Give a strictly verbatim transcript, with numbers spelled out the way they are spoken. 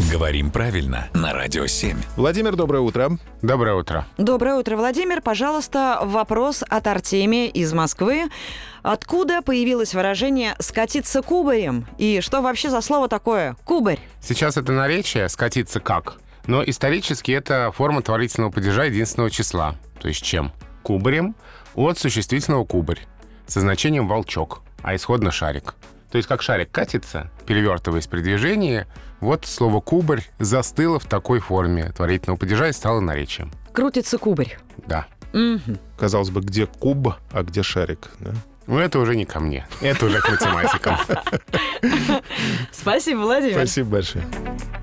Говорим правильно на Радио семь. Владимир, доброе утро. Доброе утро. Доброе утро, Владимир. Пожалуйста, вопрос от Артемия из Москвы. Откуда появилось выражение «скатиться кубарем»? И что вообще за слово такое «кубарь»? Сейчас это наречие «скатиться как», но исторически это форма творительного падежа единственного числа. То есть чем? Кубарем от существительного кубарь со значением волчок, а исходно шарик. То есть как шарик катится, перевертываясь при движении, вот слово «кубарь» застыло в такой форме творительного падежа и стало наречием. Крутится кубарь. Да. Угу. Казалось бы, где куб, а где шарик, да? Ну, это уже не ко мне. Это уже к математикам. Спасибо, Владимир. Спасибо большое.